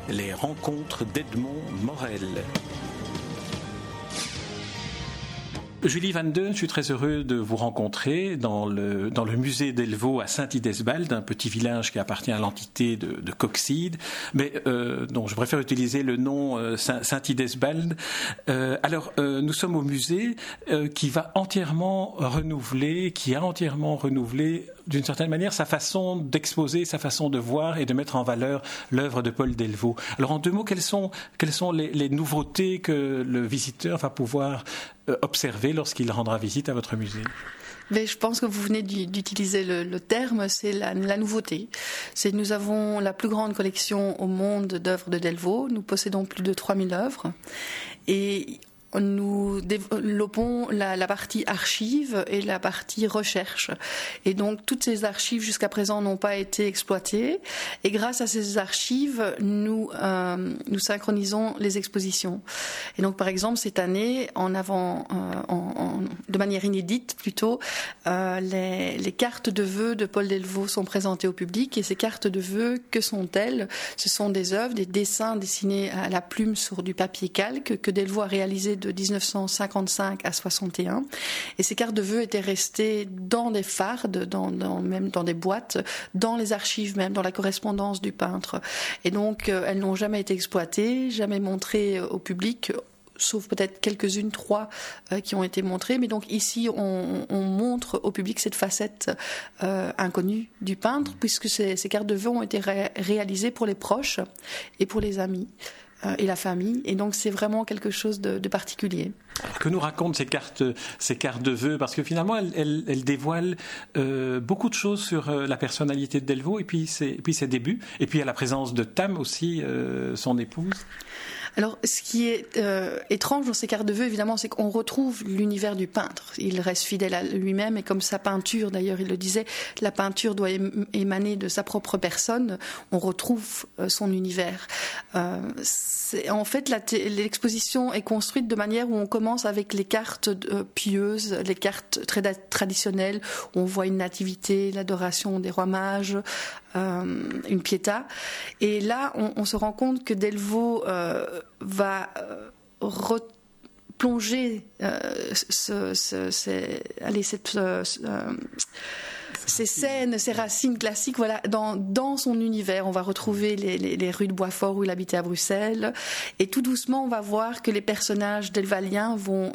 Les rencontres d'Edmond Morel. Julie Van Deun, je suis très heureux de vous rencontrer dans le musée d'Elvaux à Saint-Idesbald, un petit village qui appartient à l'entité de Coxide, mais dont je préfère utiliser le nom Saint-Idesbald. Nous sommes au musée qui a entièrement renouvelé d'une certaine manière sa façon d'exposer, sa façon de voir et de mettre en valeur l'œuvre de Paul Delvaux. Alors en deux mots, quelles sont les nouveautés que le visiteur va pouvoir observer lorsqu'il rendra visite à votre musée? Mais je pense que vous venez d'utiliser le terme, c'est la nouveauté. Nous avons la plus grande collection au monde d'œuvres de Delvaux. Nous possédons plus de 3000 œuvres. Et nous développons la partie archives et la partie recherche. Et donc, toutes ces archives jusqu'à présent n'ont pas été exploitées. Et grâce à ces archives, nous synchronisons les expositions. Et donc, par exemple, cette année, de manière inédite plutôt, les cartes de vœux de Paul Delvaux sont présentées au public. Et ces cartes de vœux, que sont-elles? Ce sont des œuvres, des dessins dessinés à la plume sur du papier calque que Delvaux a réalisé de 1955 à 61, et ces cartes de vœux étaient restées dans des fardes, même dans des boîtes, dans les archives même, dans la correspondance du peintre. Et donc elles n'ont jamais été exploitées, jamais montrées au public, sauf peut-être quelques-unes, 3 qui ont été montrées. Mais donc ici, on montre au public cette facette inconnue du peintre, puisque ces cartes de vœux ont été réalisées pour les proches et pour les amis et la famille, et donc c'est vraiment quelque chose de particulier. Alors, que nous racontent ces cartes de vœux, parce que finalement elles dévoilent beaucoup de choses sur la personnalité de Delvaux et puis ses débuts, et puis à la présence de Tam aussi, son épouse. Alors, ce qui est étrange dans ces cartes de vœux, évidemment, c'est qu'on retrouve l'univers du peintre. Il reste fidèle à lui-même, et comme sa peinture, d'ailleurs, il le disait, la peinture doit émaner de sa propre personne. On retrouve son univers. En fait, l'exposition est construite de manière où on commence avec les cartes pieuses, les cartes très traditionnelles, où on voit une nativité, l'adoration des rois mages, une pietà. Et là, on se rend compte que Delvaux va replonger ces scènes, ces racines classiques, voilà, dans son univers. On va retrouver les rues de Boisfort où il habitait à Bruxelles, et tout doucement on va voir que les personnages delvaliens vont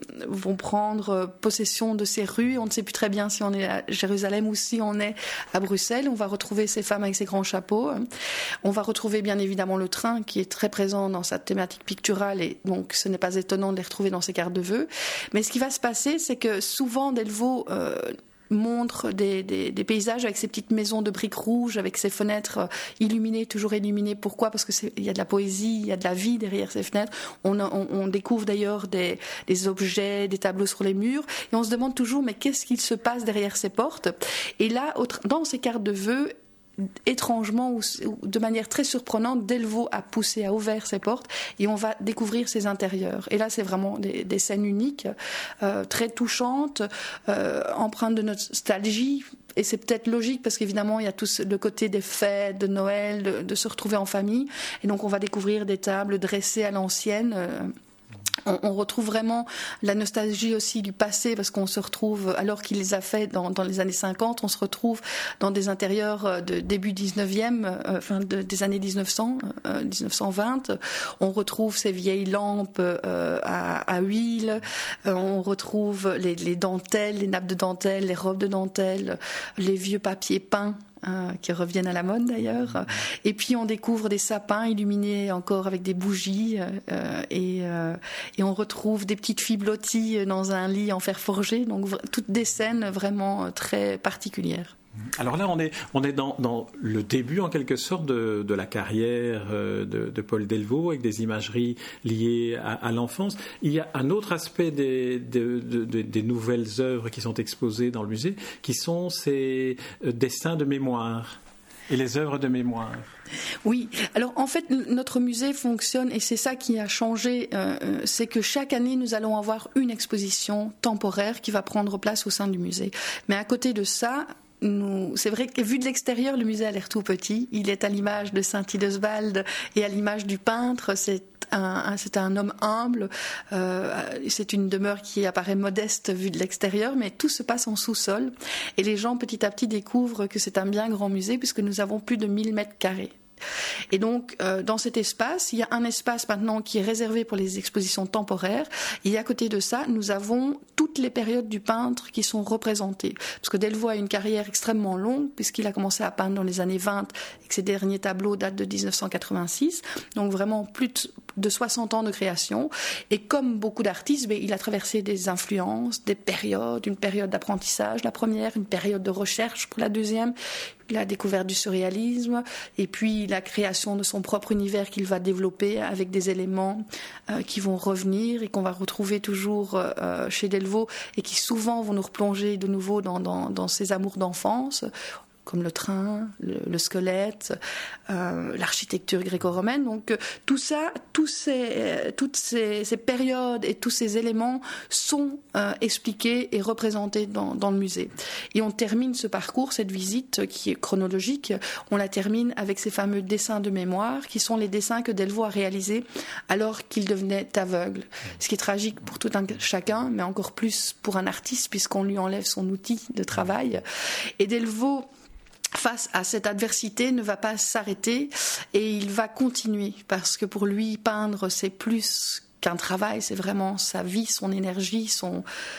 prendre possession de ces rues. On ne sait plus très bien si on est à Jérusalem ou si on est à Bruxelles. On va retrouver ces femmes avec ces grands chapeaux. On va retrouver bien évidemment le train qui est très présent dans sa thématique picturale, et donc ce n'est pas étonnant de les retrouver dans ces cartes de vœux. Mais ce qui va se passer, c'est que souvent Delvaux montre des paysages avec ces petites maisons de briques rouges, avec ces fenêtres illuminées, toujours illuminées. Pourquoi? Parce qu'il y a de la poésie, il y a de la vie derrière ces fenêtres. On découvre d'ailleurs des objets, des tableaux sur les murs, et on se demande toujours, mais qu'est-ce qu'il se passe derrière ces portes? Et là, dans ces cartes de vœux, étrangement ou de manière très surprenante, Delvaux a ouvert ses portes, et on va découvrir ses intérieurs. Et là, c'est vraiment des scènes uniques, très touchantes, empreintes de nostalgie. Et c'est peut-être logique, parce qu'évidemment, il y a tout le côté des fêtes, de Noël, de se retrouver en famille. Et donc, on va découvrir des tables dressées à l'ancienne. On retrouve vraiment la nostalgie aussi du passé, parce qu'on se retrouve, alors qu'il les a fait dans les années 50, on se retrouve dans des intérieurs de début 19e, des années 1900, 1920. On retrouve ces vieilles lampes à huile, on retrouve les dentelles, les nappes de dentelle, les robes de dentelle, les vieux papiers peints, qui reviennent à la mode d'ailleurs. Et puis on découvre des sapins illuminés encore avec des bougies, et on retrouve des petites filles blotties dans un lit en fer forgé. Donc toutes des scènes vraiment très particulières. Alors là, on est dans le début, en quelque sorte, de la carrière de Paul Delvaux, avec des imageries liées à l'enfance. Il y a un autre aspect des nouvelles œuvres qui sont exposées dans le musée, qui sont ces dessins de mémoire et les œuvres de mémoire. Oui, alors en fait notre musée fonctionne, et c'est ça qui a changé, c'est que chaque année nous allons avoir une exposition temporaire qui va prendre place au sein du musée. Mais à côté de ça, c'est vrai que vu de l'extérieur, le musée a l'air tout petit. Il est à l'image de Saint-Idesvald et à l'image du peintre. C'est un homme humble, c'est une demeure qui apparaît modeste vue de l'extérieur, mais tout se passe en sous-sol. Et les gens petit à petit découvrent que c'est un bien grand musée puisque nous avons plus de 1000 mètres carrés. Et donc, dans cet espace, il y a un espace maintenant qui est réservé pour les expositions temporaires. Et à côté de ça, nous avons toutes les périodes du peintre qui sont représentées. Parce que Delvaux a une carrière extrêmement longue, puisqu'il a commencé à peindre dans les années 20 et que ses derniers tableaux datent de 1986. Donc vraiment plus de 60 ans de création. Et comme beaucoup d'artistes, il a traversé des influences, des périodes, une période d'apprentissage, la première, une période de recherche pour la deuxième, la découverte du surréalisme, et puis la création de son propre univers qu'il va développer avec des éléments qui vont revenir et qu'on va retrouver toujours chez Delvaux et qui souvent vont nous replonger de nouveau dans ses amours d'enfance, comme le train, le squelette, l'architecture gréco-romaine. Donc tout ça, toutes ces périodes et tous ces éléments sont expliqués et représentés dans le musée. Et on termine ce parcours, cette visite qui est chronologique, on la termine avec ces fameux dessins de mémoire qui sont les dessins que Delvaux a réalisés alors qu'il devenait aveugle. Ce qui est tragique pour tout un chacun, mais encore plus pour un artiste puisqu'on lui enlève son outil de travail. Et Delvaux, face à cette adversité, ne va pas s'arrêter et il va continuer parce que pour lui, peindre, c'est plus qu'un travail, c'est vraiment sa vie, son énergie, son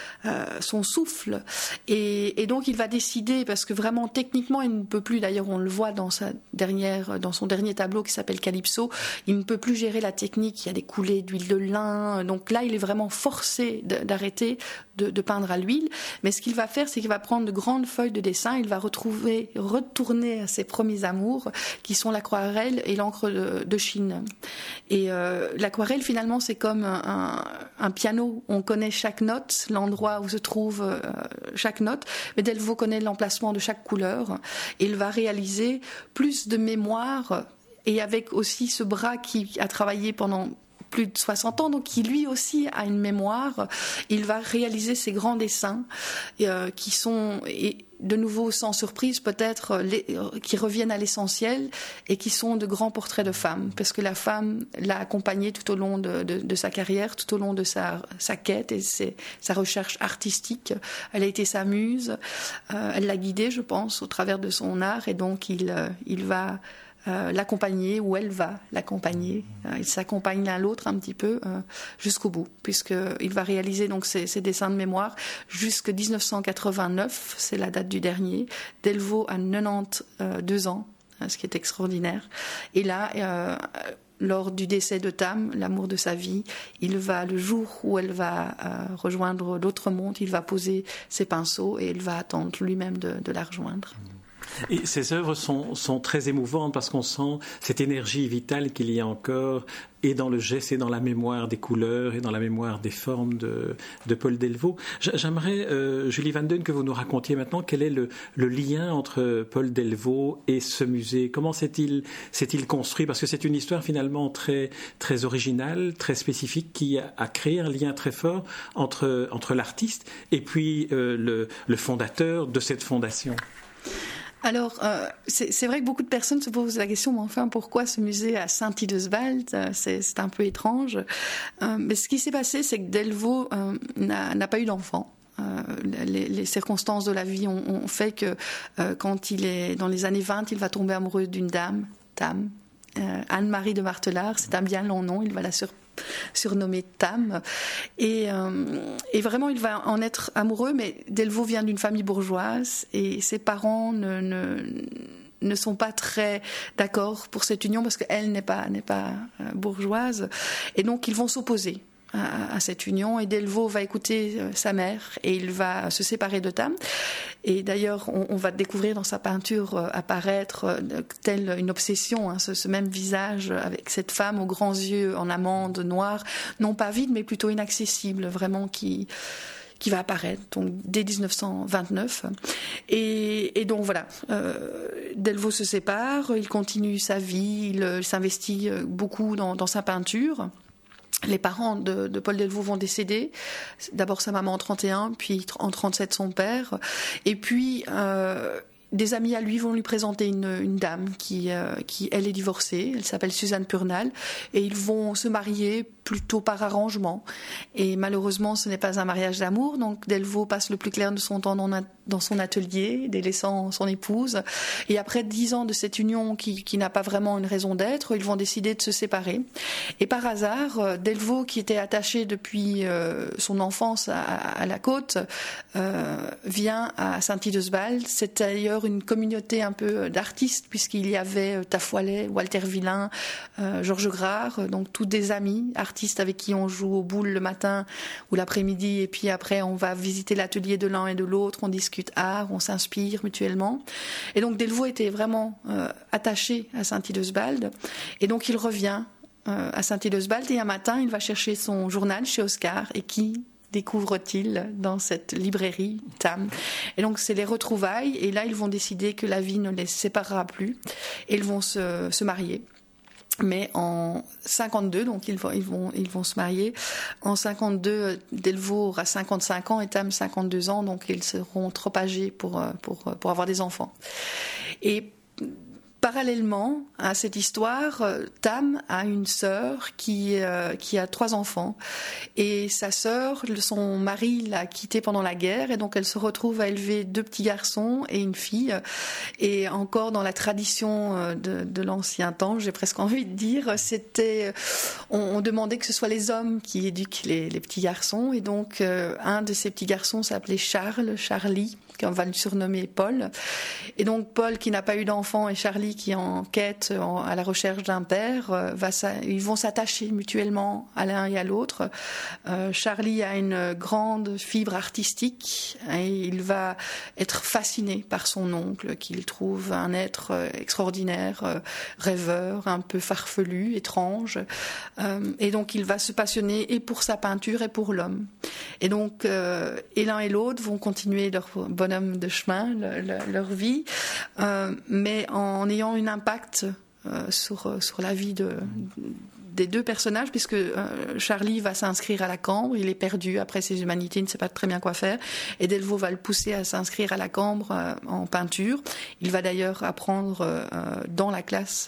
souffle. Et donc il va décider, parce que vraiment techniquement il ne peut plus, d'ailleurs on le voit dans son dernier tableau qui s'appelle Calypso, il ne peut plus gérer la technique, il y a des coulées d'huile de lin, donc là il est vraiment forcé d'arrêter de peindre à l'huile. Mais ce qu'il va faire, c'est qu'il va prendre de grandes feuilles de dessin, il va retourner à ses premiers amours qui sont l'aquarelle et l'encre de Chine. Et l'aquarelle finalement c'est comme un piano, on connaît chaque note, l'endroit où se trouve chaque note, mais Delvaux connaît l'emplacement de chaque couleur. Et il va réaliser plus de mémoire, et avec aussi ce bras qui a travaillé pendant plus de 60 ans, donc qui lui aussi a une mémoire. Il va réaliser ces grands dessins qui sont, et de nouveau sans surprise peut-être, qui reviennent à l'essentiel et qui sont de grands portraits de femmes, parce que la femme l'a accompagné tout au long de sa carrière, tout au long de sa quête et sa recherche artistique. Elle a été sa muse, elle l'a guidée, je pense, au travers de son art, et donc il va l'accompagner, ou elle va l'accompagner. Ils s'accompagnent l'un l'autre un petit peu jusqu'au bout, puisqu'il va réaliser donc ces dessins de mémoire jusqu'en 1989, c'est la date du dernier. Delvaux a 92 ans, ce qui est extraordinaire. Et là, lors du décès de Tam, l'amour de sa vie, le jour où elle va rejoindre l'autre monde, il va poser ses pinceaux et il va attendre lui-même de la rejoindre. Et ces œuvres sont très émouvantes parce qu'on sent cette énergie vitale qu'il y a encore, et dans le geste et dans la mémoire des couleurs et dans la mémoire des formes de Paul Delvaux. J'aimerais, Julie Van Den, que vous nous racontiez maintenant quel est le lien entre Paul Delvaux et ce musée. Comment s'est-il construit? Parce que c'est une histoire finalement très, très originale, très spécifique, qui a créé un lien très fort entre l'artiste et puis le fondateur de cette fondation. Alors, c'est vrai que beaucoup de personnes se posent la question, mais enfin, pourquoi ce musée à Saint-Idesvald? C'est un peu étrange. Mais ce qui s'est passé, c'est que Delvaux n'a pas eu d'enfant. Les circonstances de la vie ont fait que quand il est dans les années 20, il va tomber amoureux d'une dame, Tam, Anne-Marie de Martelard. C'est un bien long nom, il va la surnommé Tam, et vraiment il va en être amoureux, mais Delvaux vient d'une famille bourgeoise et ses parents ne sont pas très d'accord pour cette union parce qu'elle n'est pas bourgeoise, et donc ils vont s'opposer à cette union, et Delvaux va écouter sa mère et il va se séparer de Tam. Et d'ailleurs on va découvrir dans sa peinture apparaître telle une obsession, ce même visage avec cette femme aux grands yeux en amande noire, non pas vide mais plutôt inaccessible, vraiment qui va apparaître donc dès 1929. Et donc voilà, Delvaux se sépare, il continue sa vie, il s'investit beaucoup dans sa peinture. Les parents de Paul Delvaux vont décéder. D'abord sa maman en 31, puis en 37 son père. Et puis des amis à lui vont lui présenter une dame qui elle est divorcée, elle s'appelle Suzanne Purnal, et ils vont se marier plutôt par arrangement. Et malheureusement, ce n'est pas un mariage d'amour, donc Delvaux passe le plus clair de son temps dans son atelier, délaissant son épouse. Et après 10 ans de cette union qui n'a pas vraiment une raison d'être, ils vont décider de se séparer. Et par hasard, Delvaux, qui était attaché depuis son enfance à la côte, vient à Saint-Idesbald. C'est d'ailleurs une communauté un peu d'artistes, puisqu'il y avait Tafoilet, Walter Villain, Georges Grard, donc tous des amis artistes avec qui on joue aux boules le matin ou l'après-midi, et puis après on va visiter l'atelier de l'un et de l'autre, on discute art, on s'inspire mutuellement. Et donc Delvaux était vraiment attaché à Saint-Idesbald, et donc il revient à Saint-Idesbald, et un matin il va chercher son journal chez Oscar, et qui découvre-t-il dans cette librairie Tam. Et donc c'est les retrouvailles, et là ils vont décider que la vie ne les séparera plus, et ils vont se marier. Mais en 52, donc ils vont se marier. En 52, Delvaux aura 55 ans et Tam 52 ans, donc ils seront trop âgés pour avoir des enfants. Et parallèlement à cette histoire, Tam a une sœur qui a 3 enfants, et sa sœur, son mari l'a quittée pendant la guerre, et donc elle se retrouve à élever 2 petits garçons et une fille. Et encore dans la tradition de l'ancien temps, j'ai presque envie de dire, on demandait que ce soit les hommes qui éduquent les petits garçons, et donc un de ces petits garçons s'appelait Charlie, qu'on va le surnommer Paul. Et donc Paul, qui n'a pas eu d'enfant, et Charlie, qui est en quête, à la recherche d'un père, ils vont s'attacher mutuellement à l'un et à l'autre. Charlie a une grande fibre artistique, et il va être fasciné par son oncle, qu'il trouve un être extraordinaire, rêveur, un peu farfelu, étrange. Et donc il va se passionner et pour sa peinture et pour l'homme. Et donc et l'un et l'autre vont continuer leur bonhomme de chemin, leur vie, mais en ayant un impact sur la vie des 2 personnages, puisque Charlie va s'inscrire à la Cambre, il est perdu après ses humanités, il ne sait pas très bien quoi faire, et Delvaux va le pousser à s'inscrire à la Cambre en peinture. Il va d'ailleurs apprendre dans la classe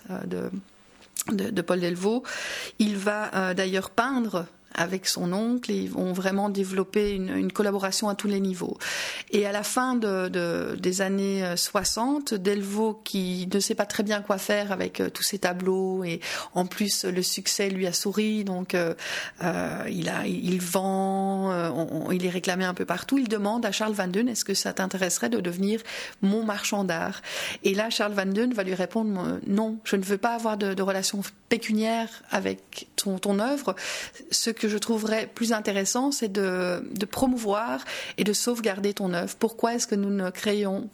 de Paul Delvaux. Il va d'ailleurs peindre avec son oncle, et ils vont vraiment développer une collaboration à tous les niveaux. Et à la fin des années 60, Delvaux, qui ne sait pas très bien quoi faire avec tous ses tableaux, et en plus le succès lui a souri, donc il vend, il est réclamé un peu partout. Il demande à Charles Van Deun: est-ce que ça t'intéresserait de devenir mon marchand d'art? Et là, Charles Van Deun va lui répondre: non, je ne veux pas avoir de relation pécuniaire avec ton œuvre. Ce que je trouverais plus intéressant, c'est de promouvoir et de sauvegarder ton œuvre. Pourquoi est-ce que nous ne créerions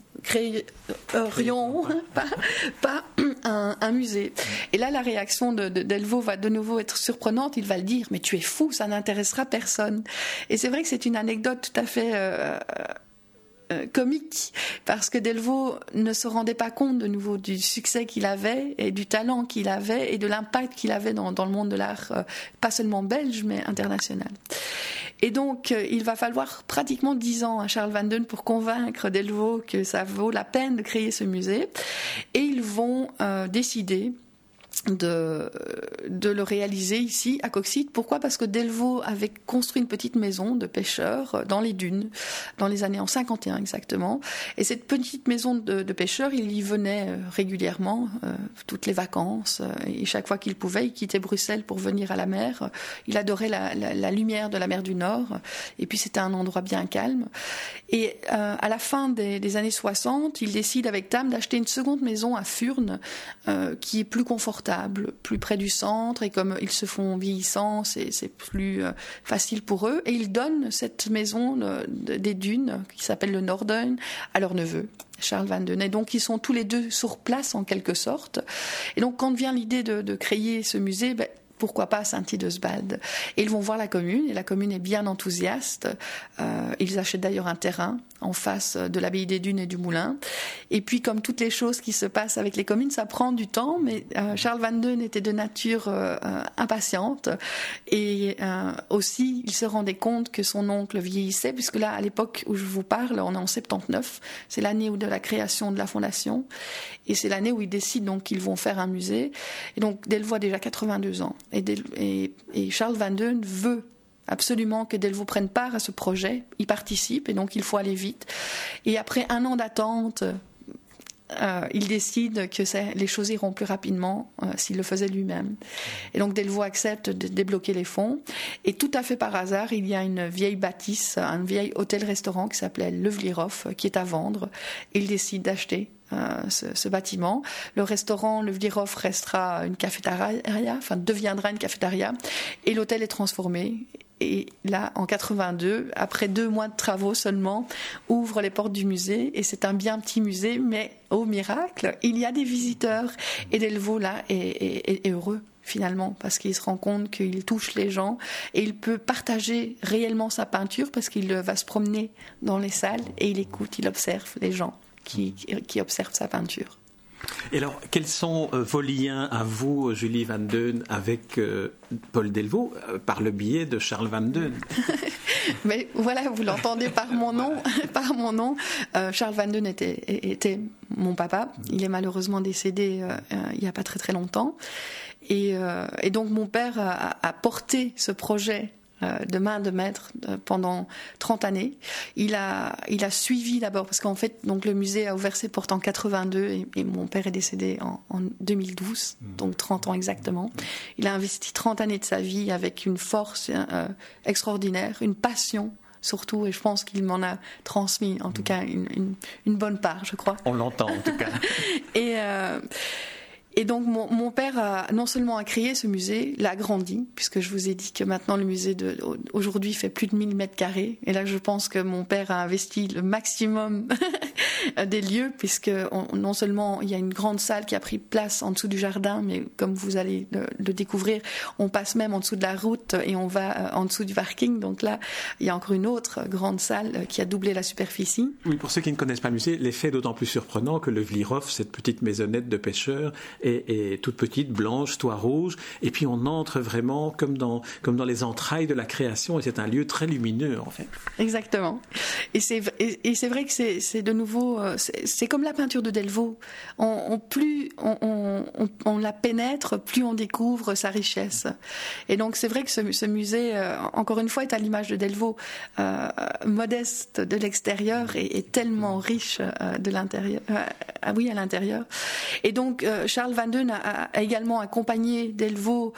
pas un musée? Et là, la réaction de Delvaux va de nouveau être surprenante. Il va le dire: mais tu es fou, ça n'intéressera personne. Et c'est vrai que c'est une anecdote tout à fait comique, parce que Delvaux ne se rendait pas compte de nouveau du succès qu'il avait, et du talent qu'il avait, et de l'impact qu'il avait dans le monde de l'art, pas seulement belge, mais international. Et donc il va falloir pratiquement 10 ans à Charles Van Deun pour convaincre Delvaux que ça vaut la peine de créer ce musée, et ils vont décider de le réaliser ici à Coxyde. Pourquoi? Parce que Delvaux avait construit une petite maison de pêcheurs dans les dunes, dans les années en 51 exactement, et cette petite maison de pêcheurs, il y venait régulièrement, toutes les vacances, et chaque fois qu'il pouvait, il quittait Bruxelles pour venir à la mer. Il adorait la lumière de la mer du Nord, et puis c'était un endroit bien calme. Et à la fin des années 60, il décide avec Tam d'acheter une seconde maison à Furnes, qui est plus confortable, plus près du centre, et comme ils se font vieillissants, c'est plus facile pour eux, et ils donnent cette maison des dunes qui s'appelle le Norden à leur neveu Charles Van Deun. Et donc ils sont tous les 2 sur place en quelque sorte. Et donc quand vient l'idée de créer ce musée, pourquoi pas à Saint-Idesbald. Et ils vont voir la commune, et la commune est bien enthousiaste. Ils achètent d'ailleurs un terrain en face de l'abbaye des Dunes et du Moulin. Et puis, comme toutes les choses qui se passent avec les communes, ça prend du temps, mais Charles Van Deun était de nature impatiente. Et aussi, il se rendait compte que son oncle vieillissait, puisque là, à l'époque où je vous parle, on est en 79, c'est l'année de la création de la fondation, et c'est l'année où ils décident donc qu'ils vont faire un musée. Et donc, Delvaux a déjà 82 ans. Et Charles Van Deun veut absolument que Delvaux prenne part à ce projet. Il participe, et donc il faut aller vite. Et après 1 an d'attente, il décide que les choses iront plus rapidement s'il le faisait lui-même. Et donc Delvaux accepte de débloquer les fonds. Et tout à fait par hasard, il y a une vieille bâtisse, un vieil hôtel-restaurant qui s'appelait Le Vlierhof, qui est à vendre. Il décide d'acheter ce bâtiment. Le restaurant Le Vlierhof restera une cafétéria, deviendra une cafétéria. Et l'hôtel est transformé. Et là, en 82, après 2 mois de travaux seulement, ouvre les portes du musée. Et c'est un bien petit musée, mais au miracle, il y a des visiteurs. Et Delvaux, là, est heureux, finalement, parce qu'il se rend compte qu'il touche les gens. Et il peut partager réellement sa peinture, parce qu'il va se promener dans les salles et il écoute, il observe les gens qui observent sa peinture. Et alors, quels sont vos liens à vous, Julie Van Deun, avec Paul Delvaux, par le biais de Charles Van Deun? Mais voilà, vous l'entendez par mon nom. Charles Van Deun était mon papa. Il est malheureusement décédé il n'y a pas très très longtemps. Et donc mon père a porté ce projet de main de maître pendant 30 années. Il a suivi d'abord, parce qu'en fait, donc, le musée a ouvert ses portes en 82 et mon père est décédé en 2012, donc 30 ans exactement. Il a investi 30 années de sa vie avec une force extraordinaire, une passion surtout, et je pense qu'il m'en a transmis, en tout cas, une bonne part, je crois. On l'entend, en tout cas. Et donc mon père non seulement a créé ce musée, l'a agrandi, puisque je vous ai dit que maintenant le musée aujourd'hui fait plus de 1000 mètres carrés. Et là je pense que mon père a investi le maximum des lieux, puisque non seulement il y a une grande salle qui a pris place en dessous du jardin, mais comme vous allez le découvrir, on passe même en dessous de la route et on va en dessous du parking. Donc là il y a encore une autre grande salle qui a doublé la superficie. Oui, pour ceux qui ne connaissent pas le musée, l'effet est d'autant plus surprenant que le Vlierhof, cette petite maisonnette de pêcheurs, est toute petite, blanche, toit rouge, et puis on entre vraiment comme dans les entrailles de la création, et c'est un lieu très lumineux en fait. Exactement. Et c'est vrai que c'est de nouveau, c'est comme la peinture de Delvaux. Plus on la pénètre, plus on découvre sa richesse. Et donc c'est vrai que ce musée, encore une fois, est à l'image de Delvaux, modeste de l'extérieur et tellement riche de l'intérieur. À l'intérieur. Et donc Charles Van Deun a également accompagné Delvaux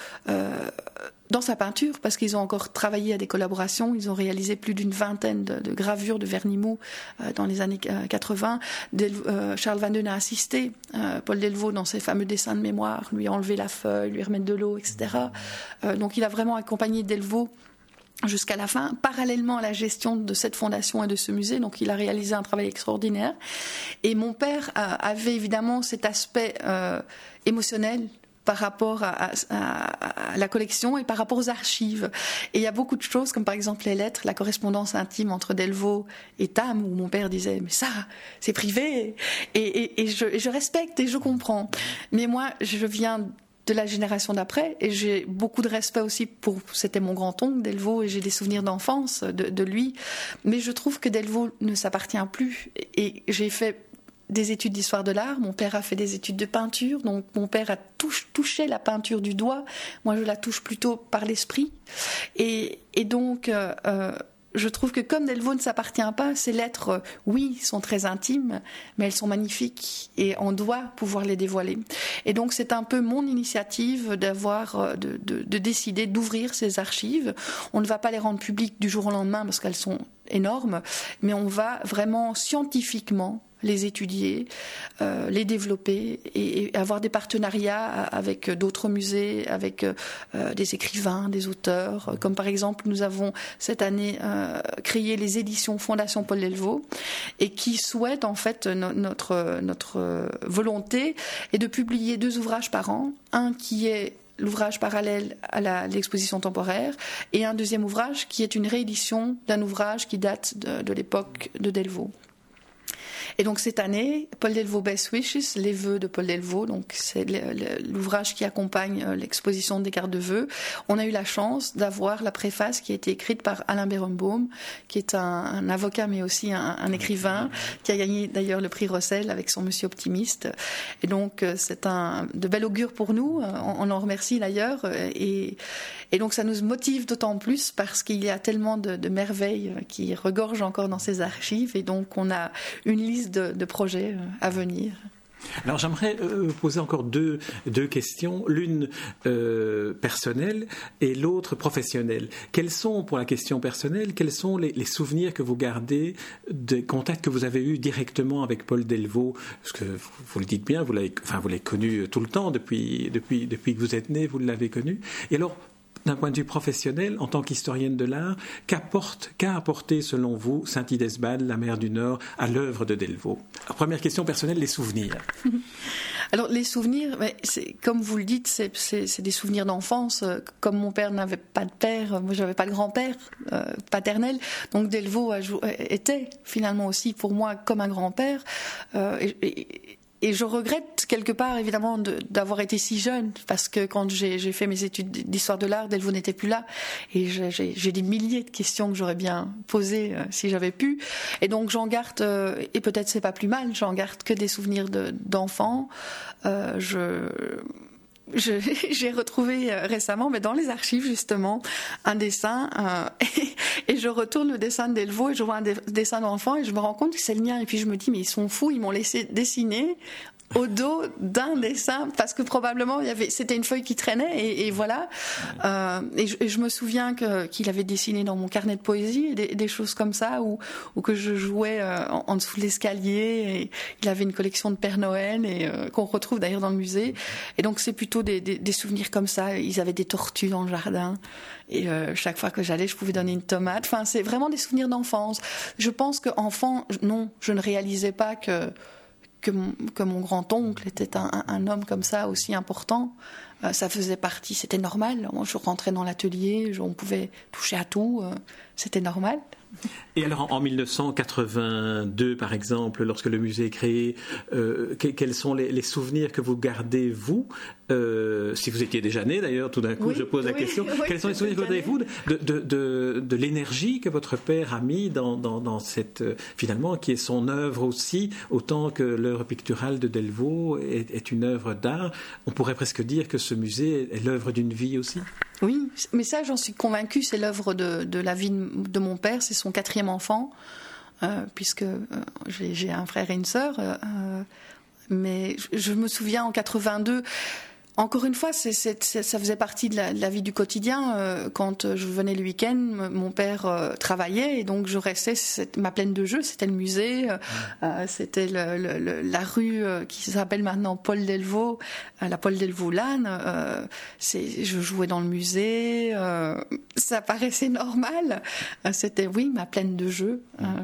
dans sa peinture, parce qu'ils ont encore travaillé à des collaborations. Ils ont réalisé plus d'une vingtaine de gravures de Vernimoux dans les années 80. Charles Van Deun a assisté Paul Delvaux dans ses fameux dessins de mémoire, lui enlever la feuille, lui remettre de l'eau, etc. Donc il a vraiment accompagné Delvaux jusqu'à la fin, parallèlement à la gestion de cette fondation et de ce musée. Donc il a réalisé un travail extraordinaire. Et mon père avait évidemment cet aspect émotionnel par rapport à la collection et par rapport aux archives. Et il y a beaucoup de choses, comme par exemple les lettres, la correspondance intime entre Delvaux et Tam, où mon père disait « mais ça, c'est privé ». Et je respecte et je comprends. Mais moi, je viens de la génération d'après, et j'ai beaucoup de respect aussi c'était mon grand-oncle Delvaux, et j'ai des souvenirs d'enfance de lui, mais je trouve que Delvaux ne s'appartient plus, et j'ai fait des études d'histoire de l'art, mon père a fait des études de peinture, donc mon père a touché la peinture du doigt, moi je la touche plutôt par l'esprit, et donc je trouve que comme Delvaux ne s'appartient pas, ces lettres, oui, sont très intimes, mais elles sont magnifiques et on doit pouvoir les dévoiler. Et donc c'est un peu mon initiative de décider d'ouvrir ces archives. On ne va pas les rendre publiques du jour au lendemain parce qu'elles sont énormes, mais on va vraiment scientifiquement les étudier, les développer et avoir des partenariats avec d'autres musées, avec des écrivains, des auteurs, comme par exemple nous avons cette année créé les éditions Fondation Paul Delvaux, et qui souhaitent en fait notre volonté est de publier 2 ouvrages par an, un qui est l'ouvrage parallèle à l'exposition temporaire, et un deuxième ouvrage qui est une réédition d'un ouvrage qui date de l'époque de Delvaux. Et donc cette année, Paul Delvaux Best Wishes, les vœux de Paul Delvaux, donc c'est l'ouvrage qui accompagne l'exposition des cartes de vœux. On a eu la chance d'avoir la préface qui a été écrite par Alain Berenbaum, qui est un avocat mais aussi un écrivain, qui a gagné d'ailleurs le prix Rossel avec son Monsieur Optimiste. Et donc c'est de bel augure pour nous, on en remercie d'ailleurs. Et donc ça nous motive d'autant plus parce qu'il y a tellement de merveilles qui regorgent encore dans ces archives. Et donc on a une liste de projets à venir. Alors j'aimerais poser encore deux questions, l'une personnelle et l'autre professionnelle. Quels sont, pour la question personnelle, quels sont les souvenirs que vous gardez des contacts que vous avez eus directement avec Paul Delvaux? Parce que vous le dites bien, vous l'avez connu tout le temps, depuis que vous êtes né, vous l'avez connu. Et alors, d'un point de vue professionnel, en tant qu'historienne de l'art, qu'a apporté, selon vous, Saint-Idesbald, la mer du Nord, à l'œuvre de Delvaux? Alors, première question personnelle, les souvenirs. Alors, les souvenirs, comme vous le dites, c'est des souvenirs d'enfance. Comme mon père n'avait pas de père, moi, j'avais pas de grand-père paternel, donc Delvaux était finalement aussi pour moi comme un grand-père. Et je regrette quelque part évidemment d'avoir été si jeune, parce que quand j'ai fait mes études d'histoire de l'art, Delvaux n'était plus là, et j'ai des milliers de questions que j'aurais bien posées si j'avais pu, et donc j'en garde, et peut-être c'est pas plus mal, j'en garde que des souvenirs d'enfants. J'ai retrouvé récemment, mais dans les archives justement, un dessin et je retourne le dessin de Delvaux et je vois un dessin d'enfant et je me rends compte que c'est le mien, et puis je me dis mais ils sont fous, ils m'ont laissé dessiner au dos d'un dessin, parce que probablement c'était une feuille qui traînait, et voilà. Et je me souviens qu'il avait dessiné dans mon carnet de poésie des choses comme ça, ou que je jouais en dessous de l'escalier, et il avait une collection de Père Noël, et qu'on retrouve d'ailleurs dans le musée. Et donc c'est plutôt des souvenirs comme ça. Ils avaient des tortues dans le jardin, et chaque fois que j'allais, je pouvais donner une tomate. Enfin, c'est vraiment des souvenirs d'enfance. Je pense qu'enfant, non, je ne réalisais pas que mon grand-oncle était un homme comme ça, aussi important. Ça faisait partie, c'était normal. Moi, je rentrais dans l'atelier, on pouvait toucher à tout, c'était normal. Et alors en 1982 par exemple, lorsque le musée est créé, quels sont les souvenirs que vous gardez vous, si vous étiez déjà né d'ailleurs, tout d'un coup je pose la question, quels sont les souvenirs que vous gardez vous de l'énergie que votre père a mis dans cette, finalement, qui est son œuvre aussi, autant que l'œuvre picturale de Delvaux est une œuvre d'art. On pourrait presque dire que ce musée est l'œuvre d'une vie aussi. Oui, mais ça, j'en suis convaincue, c'est l'œuvre de la vie de mon père, c'est son 4e enfant, puisque j'ai un frère et une sœur, mais je me souviens en 82... Encore une fois, ça faisait partie de la vie du quotidien. Quand je venais le week-end, mon père travaillait, et donc je restais. Ma plaine de jeux, c'était le musée, c'était la rue qui s'appelle maintenant Paul Delvaux, la Paul Delvaux-Lane. Je jouais dans le musée. Ça paraissait normal. C'était ma plaine de jeux.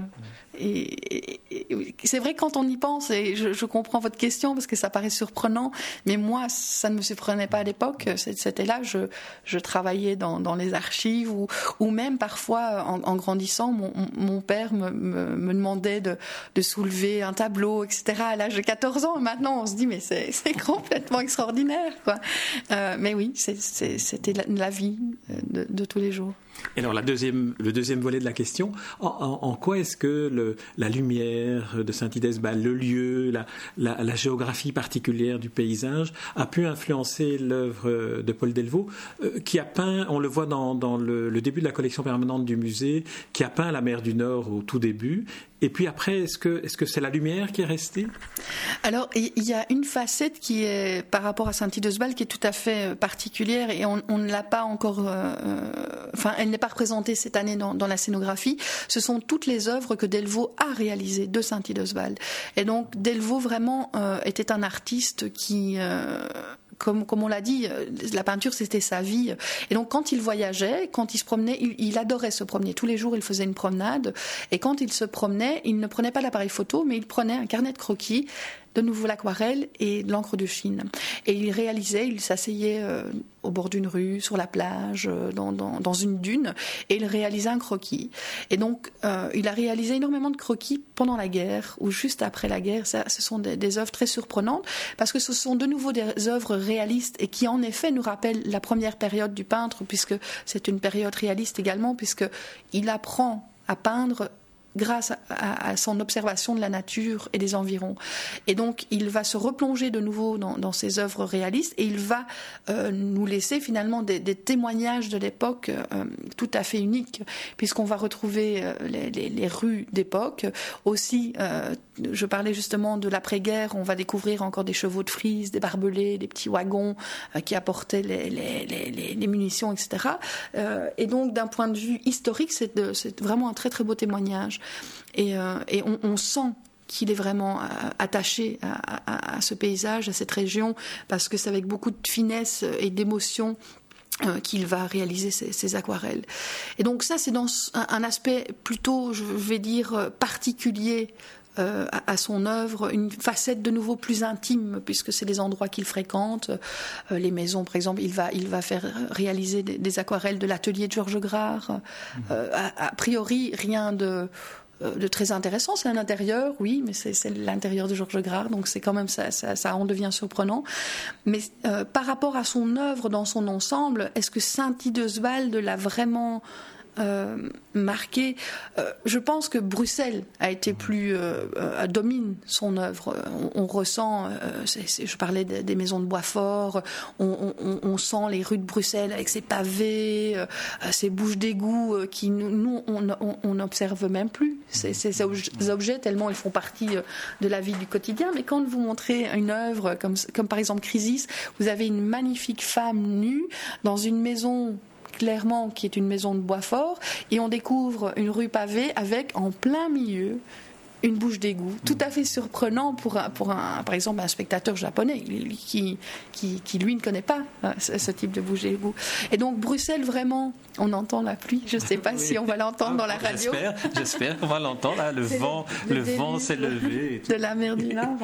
Et c'est vrai, quand on y pense, et je comprends votre question parce que ça paraît surprenant, mais moi ça ne me surprenait pas à l'époque. C'était là, je travaillais dans les archives, ou même parfois en grandissant, mon père me demandait de soulever un tableau, etc. à l'âge de 14 ans. Et maintenant on se dit mais c'est complètement extraordinaire, quoi. Mais oui, c'était la vie de tous les jours. Et alors le deuxième volet de la question, en quoi est-ce que la lumière de Saint-Idesbald, le lieu, la géographie particulière du paysage a pu influencer l'œuvre de Paul Delvaux, qui a peint, on le voit dans le début de la collection permanente du musée, qui a peint la mer du Nord au tout début. Et puis après, est-ce que c'est la lumière qui est restée? Alors, il y a une facette qui est, par rapport à Saint-Idesbald, qui est tout à fait particulière, et on ne l'a pas encore... elle n'est pas représentée cette année dans la scénographie. Ce sont toutes les œuvres que Delvaux a réalisées de Saint-Idesbald. Et donc, Delvaux, vraiment, était un artiste qui... Comme on l'a dit, la peinture, c'était sa vie. Et donc, quand il voyageait, quand il se promenait, il adorait se promener. Tous les jours, il faisait une promenade. Et quand il se promenait, il ne prenait pas l'appareil photo, mais il prenait un carnet de croquis, de nouveau l'aquarelle et de l'encre de Chine. Et il réalisait, il s'asseyait au bord d'une rue, sur la plage, dans une dune, et il réalisait un croquis. Et donc, il a réalisé énormément de croquis pendant la guerre, ou juste après la guerre. Ce sont des œuvres très surprenantes, parce que ce sont de nouveau des œuvres réalistes, et qui en effet nous rappellent la première période du peintre, puisque c'est une période réaliste également, puisqu'il apprend à peindre grâce à son observation de la nature et des environs. Et donc, il va se replonger de nouveau dans ses œuvres réalistes, et il va nous laisser finalement des témoignages de l'époque tout à fait uniques, puisqu'on va retrouver les rues d'époque. Aussi, je parlais justement de l'après-guerre, on va découvrir encore des chevaux de frise, des barbelés, des petits wagons qui apportaient les munitions, etc. Et donc, d'un point de vue historique, c'est vraiment un très très beau témoignage. Et on sent qu'il est vraiment attaché à ce paysage, à cette région, parce que c'est avec beaucoup de finesse et d'émotion qu'il va réaliser ces aquarelles. Et donc ça, c'est dans un aspect plutôt, je vais dire, particulier à son œuvre, une facette de nouveau plus intime, puisque c'est les endroits qu'il fréquente, les maisons par exemple. Il va faire réaliser des aquarelles de l'atelier de Georges Grard. A priori, rien de très intéressant, c'est un intérieur, oui, mais c'est l'intérieur de Georges Grard, donc c'est quand même ça en devient surprenant. Mais par rapport à son œuvre dans son ensemble, est-ce que Saint-Idesvald l'a vraiment marqué? Je pense que Bruxelles a été domine son œuvre. On ressent, je parlais des maisons de Boisfort, on sent les rues de Bruxelles avec ses pavés, ces bouches d'égout qui nous on n'observe même plus ces objets tellement ils font partie de la vie du quotidien. Mais quand vous montrez une œuvre comme par exemple Crisis, vous avez une magnifique femme nue dans une maison, clairement, qui est une maison de Boisfort, et on découvre une rue pavée avec en plein milieu une bouche d'égout, tout à fait surprenant pour par exemple un spectateur japonais qui lui ne connaît pas ce type de bouche d'égout. Et donc Bruxelles, vraiment, on entend la pluie. Je ne sais pas si on va l'entendre dans la radio. J'espère qu'on va l'entendre. Là, le vent s'est levé. De la mer du Nord.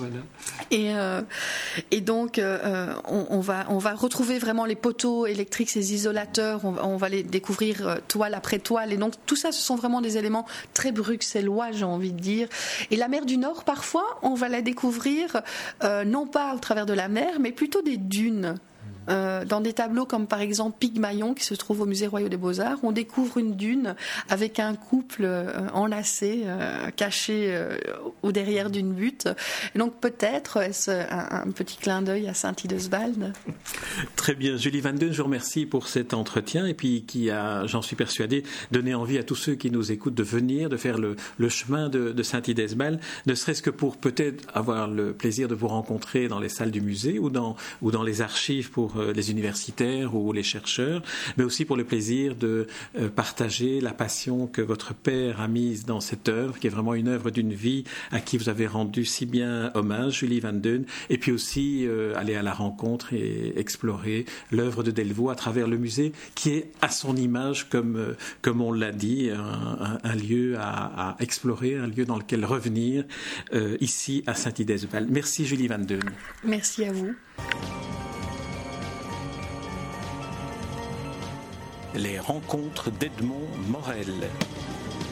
Voilà. Et donc on va retrouver vraiment les poteaux électriques, ces isolateurs. On va les découvrir toile après toile. Et donc tout ça, ce sont vraiment des éléments très bruxellois, j'ai envie de dire. Et la mer du Nord, parfois, on va la découvrir non pas au travers de la mer, mais plutôt des dunes. Dans des tableaux comme par exemple Pygmalion, qui se trouve au Musée Royal des Beaux-Arts, on découvre une dune avec un couple enlacé, caché au derrière d'une butte. Et donc peut-être est-ce un petit clin d'œil à Saint-Idesvald. Très bien, Julie Van Den, je vous remercie pour cet entretien, et puis qui a, j'en suis persuadé, donné envie à tous ceux qui nous écoutent de venir, de faire le chemin de Saint-Idesvald, ne serait-ce que pour peut-être avoir le plaisir de vous rencontrer dans les salles du musée ou dans les archives pour les universitaires ou les chercheurs, mais aussi pour le plaisir de partager la passion que votre père a mise dans cette œuvre, qui est vraiment une œuvre d'une vie à qui vous avez rendu si bien hommage, Julie Van Den, et puis aussi aller à la rencontre et explorer l'œuvre de Delvaux à travers le musée, qui est à son image, comme on l'a dit, un lieu à explorer, un lieu dans lequel revenir, ici à Saint-Idesvald. Merci Julie Van Den. Merci à vous. Les rencontres d'Edmond Morel.